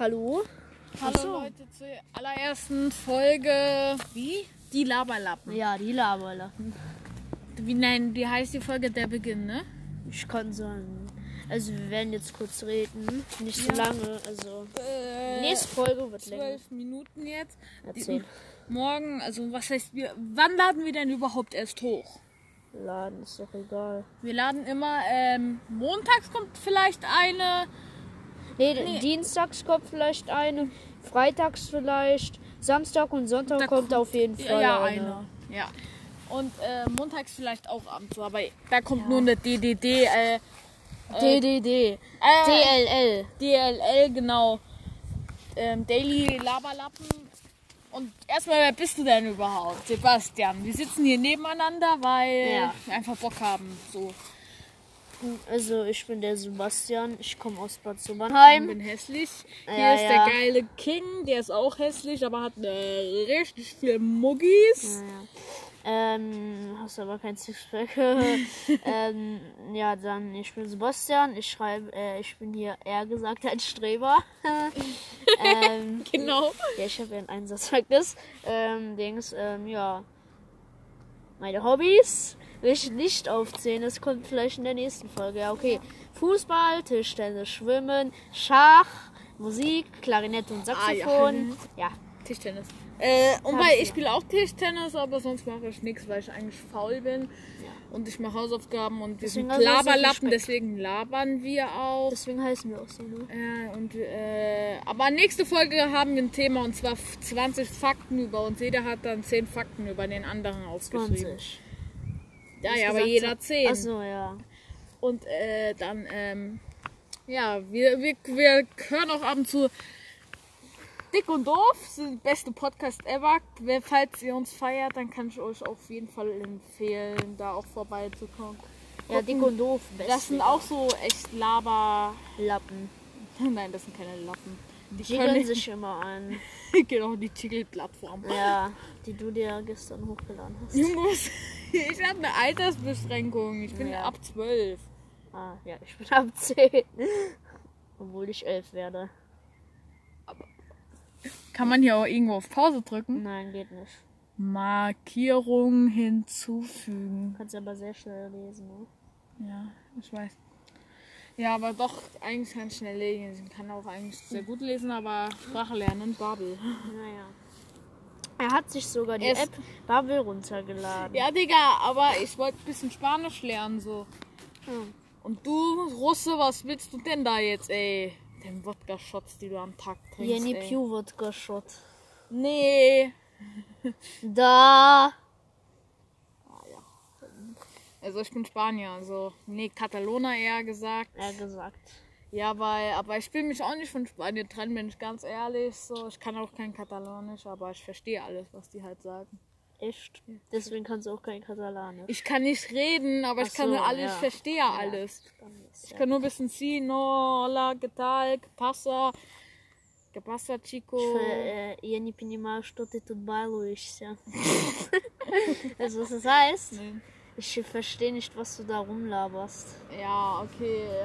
Hallo? Hallo Leute zur allerersten Folge. Wie? Die Laberlappen. Ja, die Laberlappen. Wie heißt die Folge? Der Beginn, ne? Ich kann sagen. Also wir werden jetzt kurz reden. Nicht so lange. Also die nächste Folge wird 12 Minuten jetzt. Erzählen. Morgen, also was heißt wir? Wann laden wir denn überhaupt erst hoch? Laden ist doch egal. Wir laden immer, montags kommt vielleicht eine. Nee, dienstags kommt vielleicht eine. Freitags vielleicht. Samstag und Sonntag kommt auf jeden Fall eine. Ja. Und montags vielleicht auch abends, aber da kommt nur eine DDD. DDD. DLL. DLL, genau. Daily Laberlappen. Und erstmal, wer bist du denn überhaupt? Sebastian. Wir sitzen hier nebeneinander, weil wir einfach Bock haben. So. Also ich bin der Sebastian, ich komme aus Bad Ich Sobernheim. bin hässlich. Hier ist der geile King, der ist auch hässlich, aber hat richtig viele Muggis. Hast aber kein Sixpack. Ja, dann, ich bin Sebastian, ich bin hier eher gesagt ein Streber. Genau. Ja, ich habe ja ein Einsatzzeugnis. Meine Hobbys will ich nicht aufzählen, das kommt vielleicht in der nächsten Folge. Ja, okay. Fußball, Tischtennis, Schwimmen, Schach, Musik, Klarinette und Saxophon. Ja. Tischtennis. Ich spiele auch Tischtennis, aber sonst mache ich nichts, weil ich eigentlich faul bin. Ja. Und ich mache Hausaufgaben und wir sind Laberlappen, deswegen labern wir auch. Deswegen heißen wir auch so, ne? Aber nächste Folge haben wir ein Thema und zwar 20 Fakten über uns. Jeder hat dann 10 Fakten über den anderen aufgeschrieben. 20. Ja, aber jeder 10. Achso, ja. Und wir hören auch ab und zu Dick und Doof, das ist der beste Podcast ever. Falls ihr uns feiert, dann kann ich euch auf jeden Fall empfehlen, da auch vorbeizukommen. Ja, Dick und Doof. Das sind auch so echt Lappen. Nein, das sind keine Lappen. Die jiggeln sich immer an. Genau, die Jiggle-Plattform. Ja, die du dir gestern hochgeladen hast. Jungs, ich habe eine Altersbeschränkung. Ich bin ab 12. Ah, ja, ich bin ab 10. Obwohl ich 11 werde. Kann man hier auch irgendwo auf Pause drücken? Nein, geht nicht. Markierung hinzufügen. Kannst aber sehr schnell lesen, ne? Ja, ich weiß. Ja, aber doch, eigentlich kann ich schnell lesen. Ich kann auch eigentlich sehr gut lesen, aber Sprache lernen, Babel. Naja. Er hat sich sogar die App Babel runtergeladen. Ja, Digga, aber ich wollte ein bisschen Spanisch lernen, so. Und du, Russe, was willst du denn da jetzt, ey? Den Wodka-Shots, die du am Tag trinkst, Jenny Pew Wodka-Shot. Nee. Da. Also ich bin Spanier, also Katalona eher gesagt. Ja, aber ich will mich auch nicht von Spanien trennen, bin ich ganz ehrlich. So, ich kann auch kein Katalanisch, aber ich verstehe alles, was die halt sagen. Echt? Deswegen kannst du auch kein Katalanisch. Ich kann nicht reden, aber ich kann alles, ich verstehe alles. Ich kann nur ein bisschen sí, no, hola, ¿qué tal, qué pasa, chico? Я не понимаю, что ты тут балуешься. Weißt du, was das heißt? Nee. Ich verstehe nicht, was du da rumlaberst. Ja, okay.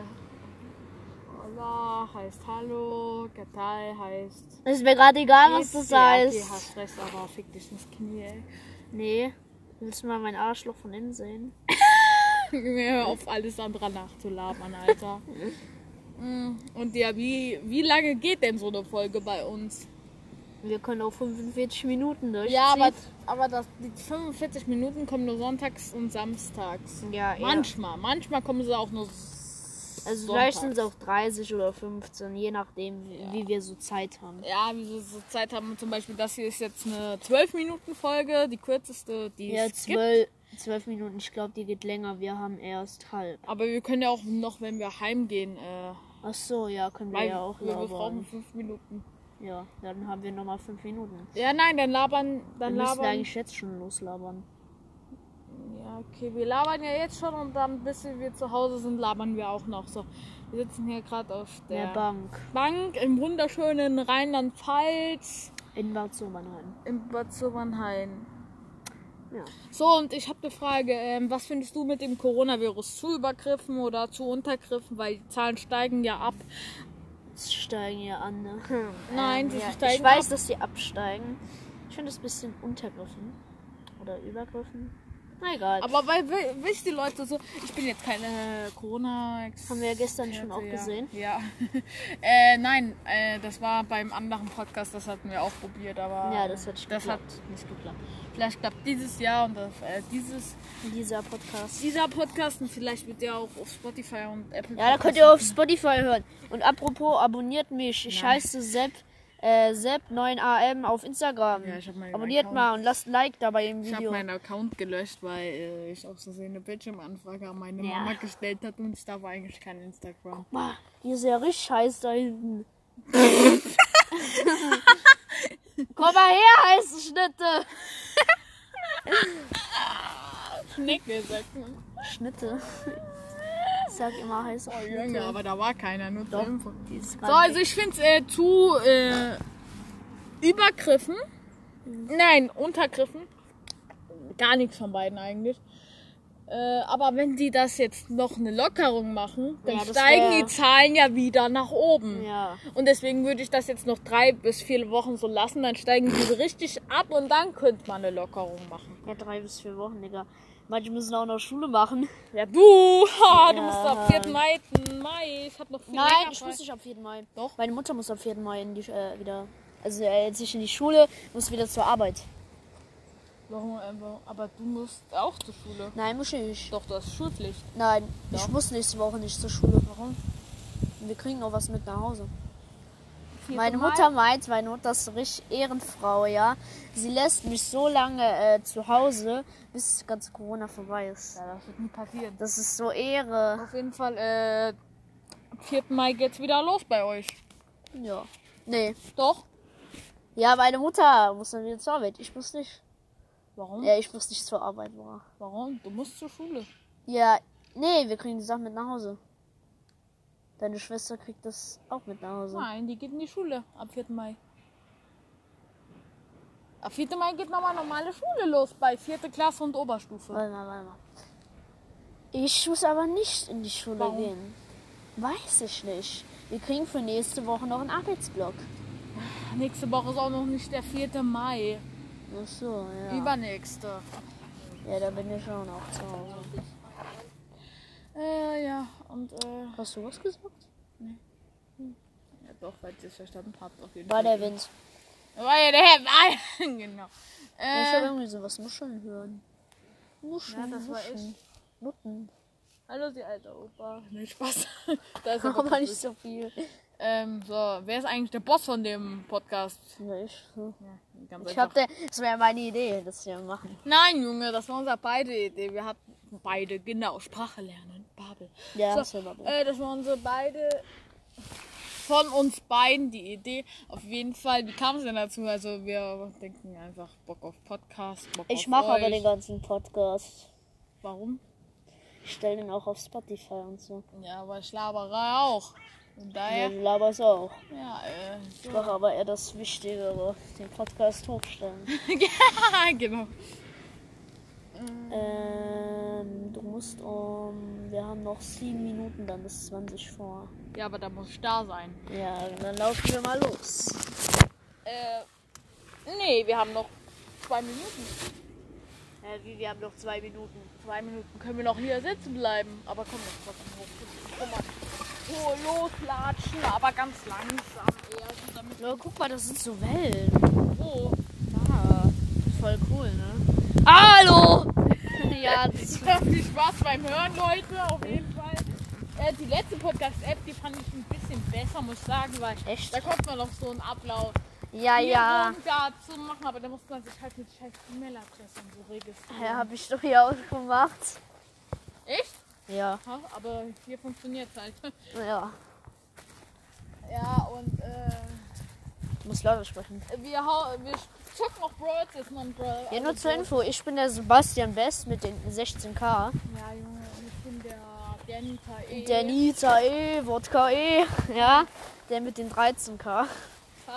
Hola heißt Hallo, ¿qué tal heißt... Ist mir gerade egal, was das heißt. Okay, hast recht, aber fick dich ins Knie, ey. Nee, willst du mal mein Arschloch von innen sehen? Hör auf, alles andere nachzulabern, Alter. Und ja, wie lange geht denn so eine Folge bei uns? Wir können auch 45 Minuten durchziehen. Ja, aber die 45 Minuten kommen nur sonntags und samstags. Ja, Manchmal kommen sie auch nur also vielleicht sind es auch 30 oder 15, je nachdem, wie wir so Zeit haben. Ja, wie wir so Zeit haben. Zum Beispiel, das hier ist jetzt eine 12-Minuten-Folge, die kürzeste, die es gibt. 12 Minuten, ich glaube, die geht länger. Wir haben erst halb. Aber wir können ja auch noch, wenn wir heimgehen, ach so, ja, können wir ja auch labern. Wir brauchen 5 Minuten. Ja, dann haben wir nochmal 5 Minuten. Ja, nein, dann labern. Wir müssen eigentlich jetzt schon loslabern. Ja, okay, wir labern ja jetzt schon und dann, bis wir zu Hause sind, labern wir auch noch so. Wir sitzen hier gerade auf der Bank im wunderschönen Rheinland-Pfalz. In Bad Sobernheim. Ja. So, und ich habe eine Frage. Was findest du mit dem Coronavirus? Zu Übergriffen oder zu Untergriffen? Weil die Zahlen steigen ja ab. steigen ja an, ne? Nein, die ja, steigen ich weiß, ab. dass die absteigen. Ich finde das ein bisschen untergriffen. Oder übergriffen. Na egal. Aber weil wisst die Leute so, ich bin jetzt keine Corona. Haben wir ja gestern schon auch gesehen. Ja. Nein, das war beim anderen Podcast, das hatten wir auch probiert, aber ja, das hat nicht geklappt. Vielleicht klappt dieses Jahr und dieser Podcast. Dieser Podcast und vielleicht wird der auch auf Spotify und Apple. Ja, da könnt ihr auf Spotify hören. Und apropos, abonniert mich. Ich heiße Sepp9am auf Instagram. Ja, ich hab meinen Abonniert mal und lasst ein Like dabei im Video. Ich habe meinen Account gelöscht, weil ich aus Versehen eine Bildschirmanfrage an meine Mama gestellt hat und ich darf eigentlich kein Instagram. Guck mal, hier ist ja richtig heiß da hinten. Komm mal her, heiße Schnitte. Schnecke, sagt man. Schnitte. Ich sag immer heiße Schnitte. Junge, aber da war keiner, nur zur Info. So, also ich finde es zu übergriffen. Nein, untergriffen. Gar nichts von beiden eigentlich. Aber wenn die das jetzt noch eine Lockerung machen, dann steigen die Zahlen ja wieder nach oben. Ja. Und deswegen würde ich das jetzt noch 3 bis 4 Wochen so lassen. Dann steigen die so richtig ab und dann könnte man eine Lockerung machen. Ja, 3 bis 4 Wochen, Digga. Manche müssen auch noch Schule machen. Ja, du musst ab 4. Mai. Ich hab noch viel Nein, länger ich frei. muss nicht ab 4. Mai. Doch. Meine Mutter muss ab 4. Mai wieder. Also jetzt nicht in die Schule, muss wieder zur Arbeit. Warum einfach? Aber du musst auch zur Schule. Nein, muss ich nicht. Doch, du hast Schulpflicht. Nein, Doch. ich muss nächste Woche nicht zur Schule. Warum? Wir kriegen noch was mit nach Hause. 4. Meine Mai? Mutter meint, meine Mutter ist eine richtig Ehrenfrau, ja. Sie lässt mich so lange zu Hause, bis das ganze Corona vorbei ist. Ja, das wird nie passieren. Das ist so Ehre. Auf jeden Fall, am 4. Mai geht's wieder los bei euch. Ja. Nee. Doch? Ja, meine Mutter muss dann wieder zur Arbeit. Ich muss nicht. Warum? Ja, ich muss nicht zur Arbeit, Bora. Warum? Du musst zur Schule. Ja, nee, wir kriegen die Sachen mit nach Hause. Deine Schwester kriegt das auch mit nach Hause. Nein, die geht in die Schule ab 4. Mai. Ab 4. Mai geht nochmal normale Schule los bei 4. Klasse und Oberstufe. Warte mal. Ich muss aber nicht in die Schule Warum? gehen. Weiß ich nicht. Wir kriegen für nächste Woche noch einen Arbeitsblock. Nächste Woche ist auch noch nicht der 4. Mai. Ach so, ja. Übernächste. Ja, da bin ich auch noch zu Hause. Ja, und Hast du was gesagt? ja doch, weil ihr es verstanden habt auf jeden War der Wind. War ja der genau. Ich habe irgendwie sowas Muscheln hören. Muscheln, Ja, das war Muscheln. Nutten. Hallo, die alte Opa. Nee, Spaß. Da ist Aber nicht so viel. So, wer ist eigentlich der Boss von dem Podcast? Ja, ich. Ja, ganz Ich einfach. das wäre meine Idee, das wir machen. Nein, Junge, das war unsere beide Idee. Wir hatten beide, genau, Sprache lernen. Babel. Ja, So, das wäre Babel. das war unsere beide, von uns beiden die Idee. Auf jeden Fall, wie kam es denn dazu? Also wir denken einfach Bock auf Podcast, Bock Ich auf mache aber euch. den ganzen Podcast. Warum? Ich stelle den auch auf Spotify und so. Ja, aber ich labere auch. Und Ja, daher, du laberst auch. ja, Ich mache aber eher das Wichtigere, den Podcast hochstellen. ja, genau. Du musst wir haben noch 7 Minuten, dann ist 20 vor. Ja, aber da muss ich da sein. Ja, dann laufen wir mal los. Nee, wir haben noch 2 Minuten. Wie, wir haben noch 2 Minuten. 2 Minuten können wir noch hier sitzen bleiben. Aber komm jetzt trotzdem hoch. Guck mal. Loslatschen, aber ganz langsam eher. So damit Ja, guck mal, das sind so Wellen. wo? Ah, voll cool, ne? Hallo! Ja, das Viel Spaß beim Hören, Leute, auf jeden Fall. Die letzte Podcast-App, die fand ich ein bisschen besser, muss ich sagen, weil Echt? da konnte man noch so einen Ablauf ja. dazu machen, aber da musste man sich halt mit scheiß E-Mail-Adresse und so registrieren. Ja, hab ich doch hier auch gemacht. Echt? Ja. Ja, aber hier funktioniert es halt. Ja. Ja, und Ich muss lauter sprechen. wir zocken noch Brawl, ist noch ein Brawl. Ja, nur zur Info, ich bin der Sebastian Best mit den 16k. Ja, Junge, und ich bin der Nita E. Der Nita E, Wodka E, ja. Der mit den 13k. Fast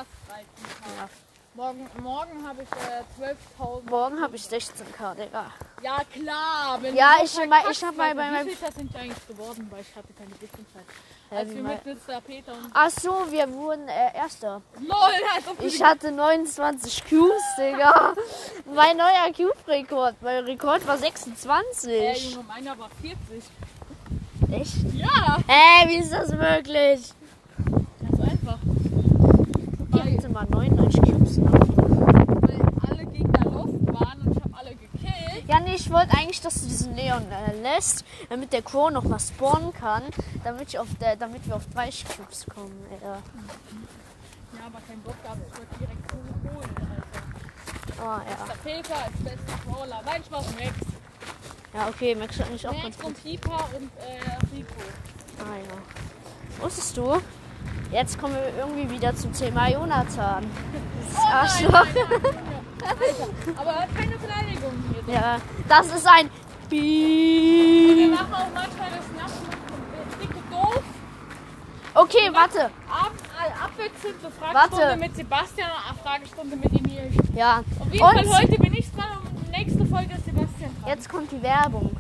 13k. Ja. Morgen habe ich 12.000. Morgen habe ich 16k, Digga. Ja, klar. Wenn Ja, du ich so hab verkackst, mal weil bei meinem- Wie viel sind wir eigentlich geworden? Weil ich hatte keine Wissenschaft. Als wir mit Mr. Peter und... Ach so, wir wurden Erster. LOL, als ob du Ich hatte 29 Cubes, Digga. Mein neuer Cube-Rekord. Mein Rekord war 26. Junge, meiner war 40. Echt? Ja, Wie ist das möglich? ganz einfach. Ich hatte mal 99 Cubes. Weil alle Gegner lost waren und ich habe alle gekillt. Ja, nee, ich wollte eigentlich, dass du diesen Leon lässt, damit der Crow noch mal spawnen kann, damit wir auf 30 Cubes kommen. Ja, aber kein Bock gehabt, ich wollte direkt holen, Alter. Oh, ja. Mr. Peter als bester Brawler. Nein, Spaß, Max. Ja, okay, Max hat mich auch ganz Max gut. und Keeper und Rico. Ah, ja. Wusstest du? Jetzt kommen wir irgendwie wieder zum Thema Jonathan. Das Arschloch. Alter, aber keine Beleidigung hier. Ja, das ist ein Wir Piep. machen auch manchmal das Nacht dicke doof. Okay, warte. Abwechselnde Fragestunde Warte. mit Sebastian und eine Fragestunde mit Emil. Ja. Auf jeden Fall Und heute bin ich dran und nächste Folge ist Sebastian dran. jetzt kommt die Werbung.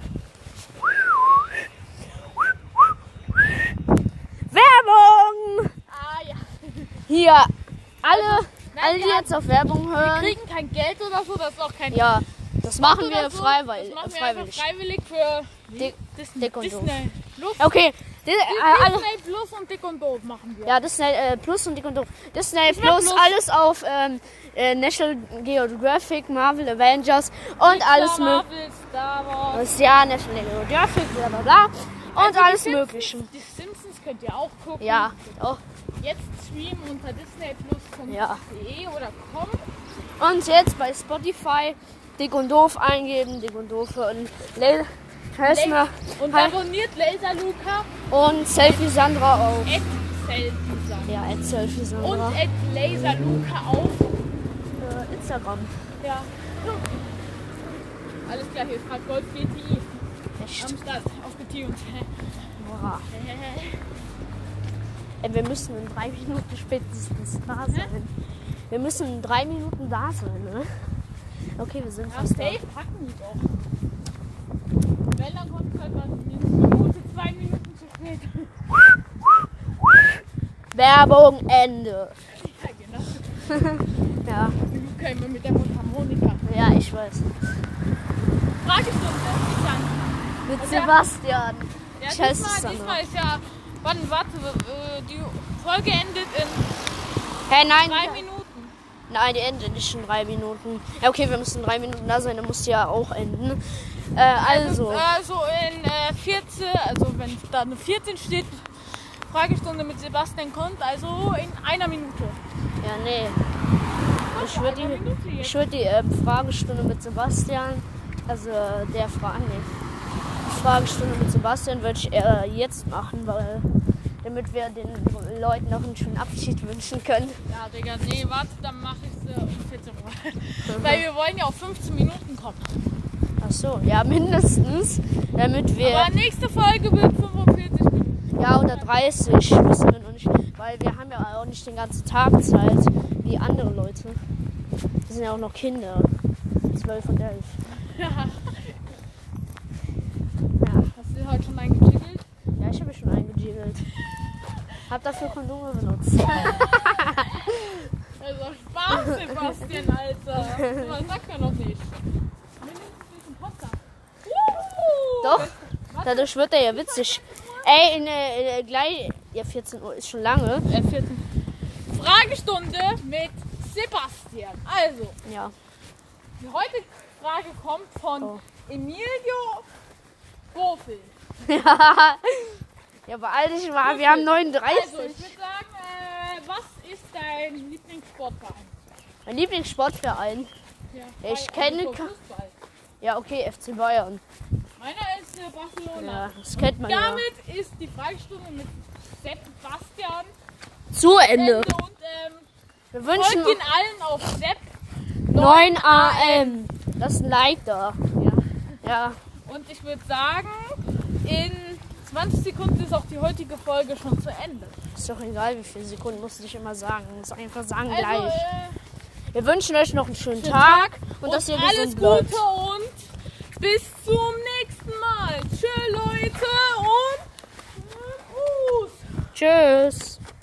Werbung! Ah ja. Hier, alle die ja, jetzt auf Werbung Wir hören. kriegen kein Geld oder so, das ist auch kein Ja, das machen oder wir so. freiwillig. Das machen wir freiwillig. einfach freiwillig für Dick und Doof. Disney Plus. Okay, alle, Disney Plus und Dick und Doof machen wir. ja, Disney Plus und Dick und Doof. Disney will Plus, Plus. alles auf National Geographic, Marvel Avengers und alles mögliche. Marvel, Star Wars. Ja, National Geographic, bla bla bla. Und Also alles die Mögliche. Die Simpsons könnt ihr auch gucken. Ja, auch. Jetzt streamen unter disneyplus.de Ja. oder com. Und jetzt bei Spotify Dick und Doof eingeben, Dick und Doof und Helsmer Und abonniert Laser Luca, und Selfie Sandra auch. @selfie Ja, Selfie und Sandra. @Laser Luca auf. Instagram. Ja. Alles klar, hier ist gerade Golf GTI. Echt. Am Start, aufgetunt. Boah. Wir müssen in 3 Minuten spätestens da sein. Wir müssen in 3 Minuten da sein, ne? Okay, wir sind Ja, fast da. safe packen die doch. Wenn, dann kommt es halt mal eine Minute, 2 Minuten zu spät. Werbung Ende. Ja, genau. Ja, Luca immer mit der Mundharmonika. ja, ich weiß. Fragestunde, ich dann. Mit Und ja. Sebastian. Ja, Ich heiße diesmal ist ja. Warte, die Folge endet in Hey, nein. 3 Minuten. Nein, die endet nicht in 3 Minuten. Ja, okay, wir müssen 3 Minuten da sein, dann muss die ja auch enden. Also. Also in 14, also wenn da eine 14 steht, Fragestunde mit Sebastian kommt, also in einer Minute. Ja, nee. Ich würde Eine Minute die, jetzt. die Fragestunde mit Sebastian, also die Fragestunde mit Sebastian würde ich jetzt machen, weil damit wir den Leuten noch einen schönen Abschied wünschen können. Ja, Digga, nee, warte, dann mache ich sie um 14 Uhr. Weil wir wollen ja auf 15 Minuten kommen. Ach so, ja, mindestens, damit wir... Aber nächste Folge wird 45 Minuten. Ja, oder 30, wissen wir noch nicht, weil wir haben ja auch nicht den ganzen Tag Zeit, wie andere Leute. Wir sind ja auch noch Kinder, 12 und 11. Ja. Ja, Hast du heute schon eingejiggelt? ja, ich habe mich schon eingejiggelt. Hab dafür Kondome benutzt. Also Spaß, Sebastian, Alter. Was sagt man noch nicht? Mindestens ein Podcast. Doch, dadurch wird er ja witzig. Ey, gleich, ja 14 Uhr ist schon lange. 14. Fragestunde mit Sebastian. Also, Ja. die heutige Frage kommt von Emilio Bofel. Ja, beeil dich mal, wir haben 39. Also, ich würde sagen, was ist dein Lieblingssportverein? Mein Lieblingssportverein. Ja, Ich kenne so ka- Fußball. Ja, okay, FC Bayern. Meiner ist Barcelona. Ja, das kennt man ja. Damit ist die Fragestunde mit Sebastian Zu Ende. und Wir wünschen folgt ihn allen auf Sepp. 9 AM. Lass ein Like da. Ja. Und ich würde sagen, in 20 Sekunden ist auch die heutige Folge schon zu Ende. Ist doch egal, wie viele Sekunden musst du nicht immer sagen. Muss einfach sagen Also, gleich. Wir wünschen euch noch einen schönen Tag und dass ihr alles gesund Gute bleibt. und bis zum nächsten Mal. Tschö, Leute und Gruß. Tschüss.